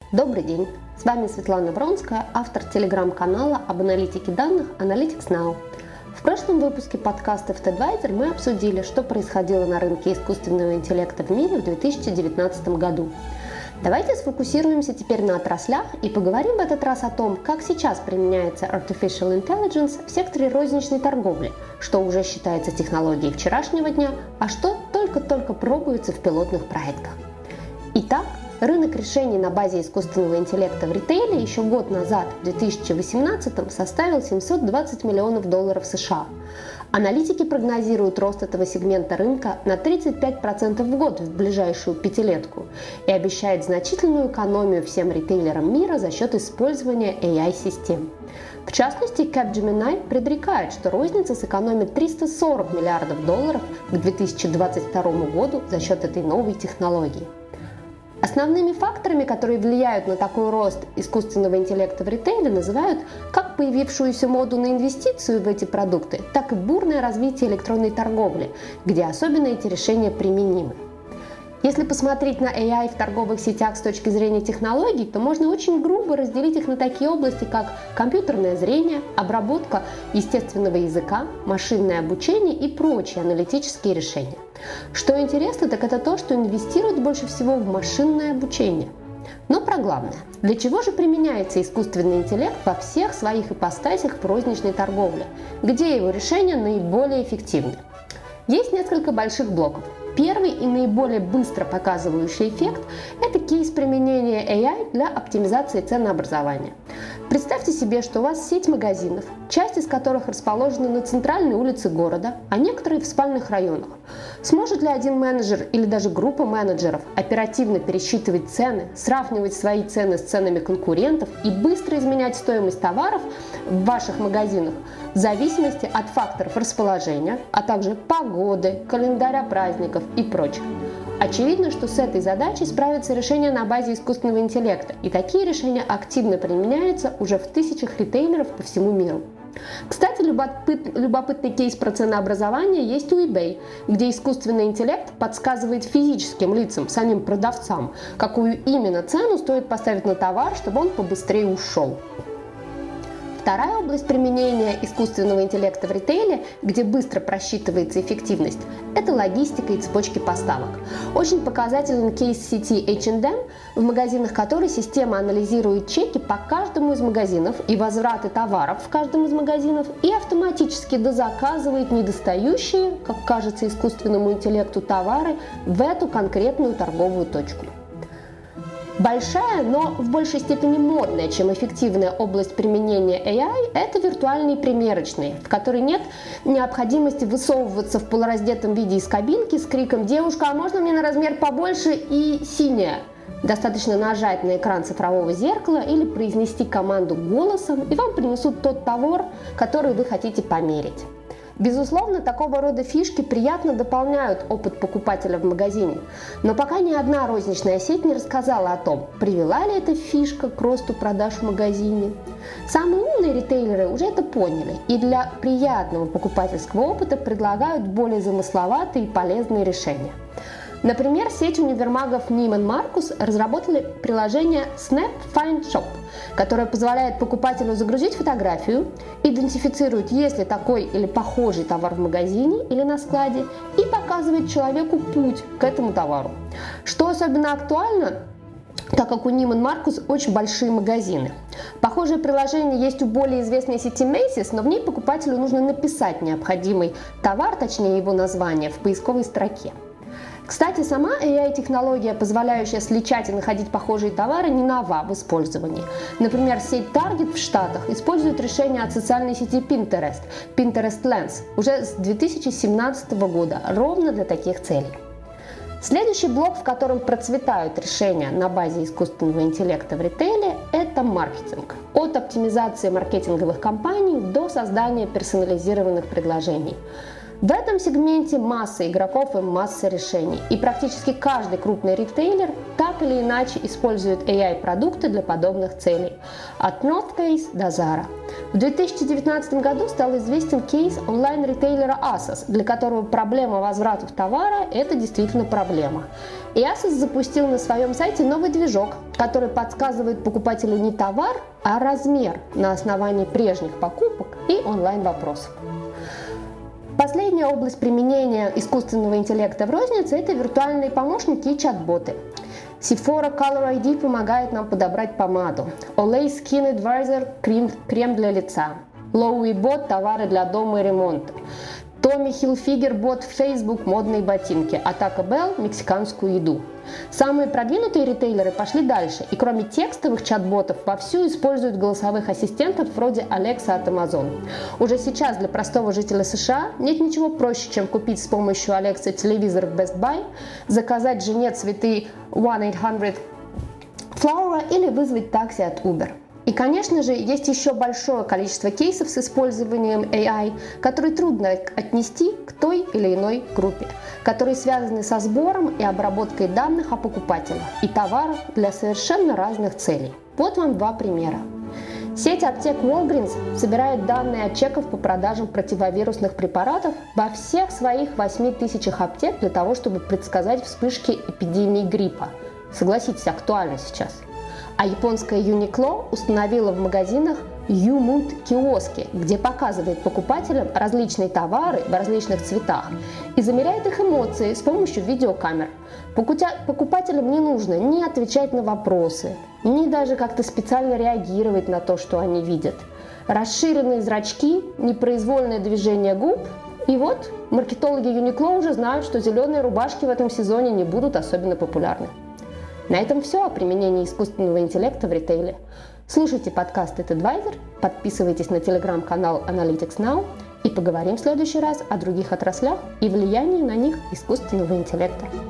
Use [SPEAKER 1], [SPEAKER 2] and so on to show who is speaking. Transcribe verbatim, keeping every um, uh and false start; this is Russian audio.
[SPEAKER 1] Добрый день! С вами Светлана Вронская, автор телеграм-канала об аналитике данных Analytics Now. В прошлом выпуске подкаста эф ти Advisor мы обсудили, что происходило на рынке искусственного интеллекта в мире в две тысячи девятнадцатом году. Давайте сфокусируемся теперь на отраслях и поговорим в этот раз о том, как сейчас применяется Artificial Intelligence в секторе розничной торговли, что уже считается технологией вчерашнего дня, а что только-только пробуется в пилотных проектах. Итак, рынок решений на базе искусственного интеллекта в ритейле еще год назад, в две тысячи восемнадцатом, составил семьсот двадцать миллионов долларов США. Аналитики прогнозируют рост этого сегмента рынка на тридцать пять процентов в год в ближайшую пятилетку и обещают значительную экономию всем ритейлерам мира за счет использования эй ай-систем. В частности, Capgemini предрекает, что розница сэкономит триста сорок миллиардов долларов к две тысячи двадцать второму году за счет этой новой технологии. Основными факторами, которые влияют на такой рост искусственного интеллекта в ритейле, называют как появившуюся моду на инвестицию в эти продукты, так и бурное развитие электронной торговли, где особенно эти решения применимы. Если посмотреть на эй ай в торговых сетях с точки зрения технологий, то можно очень грубо разделить их на такие области, как компьютерное зрение, обработка естественного языка, машинное обучение и прочие аналитические решения. Что интересно, так это то, что инвестируют больше всего в машинное обучение. Но про главное. Для чего же применяется искусственный интеллект во всех своих ипостасях в розничной торговле? Где его решения наиболее эффективны? Есть несколько больших блоков. Первый и наиболее быстро показывающий эффект – это кейс применения эй ай для оптимизации ценообразования. Представьте себе, что у вас сеть магазинов, часть из которых расположена на центральной улице города, а некоторые в спальных районах. Сможет ли один менеджер или даже группа менеджеров оперативно пересчитывать цены, сравнивать свои цены с ценами конкурентов и быстро изменять стоимость товаров в ваших магазинах в зависимости от факторов расположения, а также погоды, календаря праздников и прочих? Очевидно, что с этой задачей справится решение на базе искусственного интеллекта, и такие решения активно применяются уже в тысячах ритейлеров по всему миру. Кстати, любопыт, любопытный кейс про ценообразование есть у eBay, где искусственный интеллект подсказывает физическим лицам, самим продавцам, какую именно цену стоит поставить на товар, чтобы он побыстрее ушел. Вторая область применения искусственного интеллекта в ритейле, где быстро просчитывается эффективность, это логистика и цепочки поставок. Очень показателен кейс сети эйч энд эм, в магазинах которой система анализирует чеки по каждому из магазинов и возвраты товаров в каждом из магазинов и автоматически дозаказывает недостающие, как кажется искусственному интеллекту, товары в эту конкретную торговую точку. Большая, но в большей степени модная, чем эффективная область применения эй ай – это виртуальные примерочные, в которой нет необходимости высовываться в полураздетом виде из кабинки с криком «Девушка, а можно мне на размер побольше и синее?». Достаточно нажать на экран цифрового зеркала или произнести команду голосом, и вам принесут тот товар, который вы хотите померить. Безусловно, такого рода фишки приятно дополняют опыт покупателя в магазине, но пока ни одна розничная сеть не рассказала о том, привела ли эта фишка к росту продаж в магазине. Самые умные ритейлеры уже это поняли и для приятного покупательского опыта предлагают более замысловатые и полезные решения. Например, сеть универмагов Neiman Marcus разработали приложение Snap Find Shop, которое позволяет покупателю загрузить фотографию, идентифицирует, есть ли такой или похожий товар в магазине или на складе, и показывает человеку путь к этому товару. Что особенно актуально, так как у Neiman Marcus очень большие магазины. Похожее приложение есть у более известной сети Macy's, но в ней покупателю нужно написать необходимый товар, точнее его название, в поисковой строке. Кстати, сама эй ай-технология, позволяющая сличать и находить похожие товары, не нова в использовании. Например, сеть Target в Штатах использует решение от социальной сети Pinterest, Pinterest Lens, уже с две тысячи семнадцатого года, ровно для таких целей. Следующий блок, в котором процветают решения на базе искусственного интеллекта в ритейле, это маркетинг. От оптимизации маркетинговых кампаний до создания персонализированных предложений. В этом сегменте масса игроков и масса решений, и практически каждый крупный ритейлер так или иначе использует эй ай-продукты для подобных целей, от North Face до Zara. В две тысячи девятнадцатом году стал известен кейс онлайн-ритейлера Asos, для которого проблема возвратов товара – это действительно проблема. И Asos запустил на своем сайте новый движок, который подсказывает покупателю не товар, а размер на основании прежних покупок и онлайн-вопросов. Последняя область применения искусственного интеллекта в рознице – это виртуальные помощники и чат-боты. Sephora Color ай ди помогает нам подобрать помаду. Olay Skin Advisor – крем, крем для лица. Lowy Bot – товары для дома и ремонта. Tommy Hilfiger бот в Facebook – модные ботинки, а Taco Bell – мексиканскую еду. Самые продвинутые ритейлеры пошли дальше, и кроме текстовых чат-ботов вовсю используют голосовых ассистентов вроде Alexa от Amazon. Уже сейчас для простого жителя США нет ничего проще, чем купить с помощью Alexa телевизор в Best Buy, заказать жене цветы один восемьсот Flower или вызвать такси от Uber. И, конечно же, есть еще большое количество кейсов с использованием эй ай, которые трудно отнести к той или иной группе, которые связаны со сбором и обработкой данных о покупателях и товарах для совершенно разных целей. Вот вам два примера. Сеть аптек Walgreens собирает данные о чеках по продажам противовирусных препаратов во всех своих восьми тысячах аптек для того, чтобы предсказать вспышки эпидемии гриппа. Согласитесь, актуально сейчас. А японская Uniqlo установила в магазинах U-Mood киоски, где показывает покупателям различные товары в различных цветах и замеряет их эмоции с помощью видеокамер. Покупателям не нужно ни отвечать на вопросы, ни даже как-то специально реагировать на то, что они видят. Расширенные зрачки, непроизвольное движение губ, и вот маркетологи Uniqlo уже знают, что зеленые рубашки в этом сезоне не будут особенно популярны. На этом все о применении искусственного интеллекта в ритейле. Слушайте подкаст TechAdvisor, подписывайтесь на телеграм-канал Analytics Now и поговорим в следующий раз о других отраслях и влиянии на них искусственного интеллекта.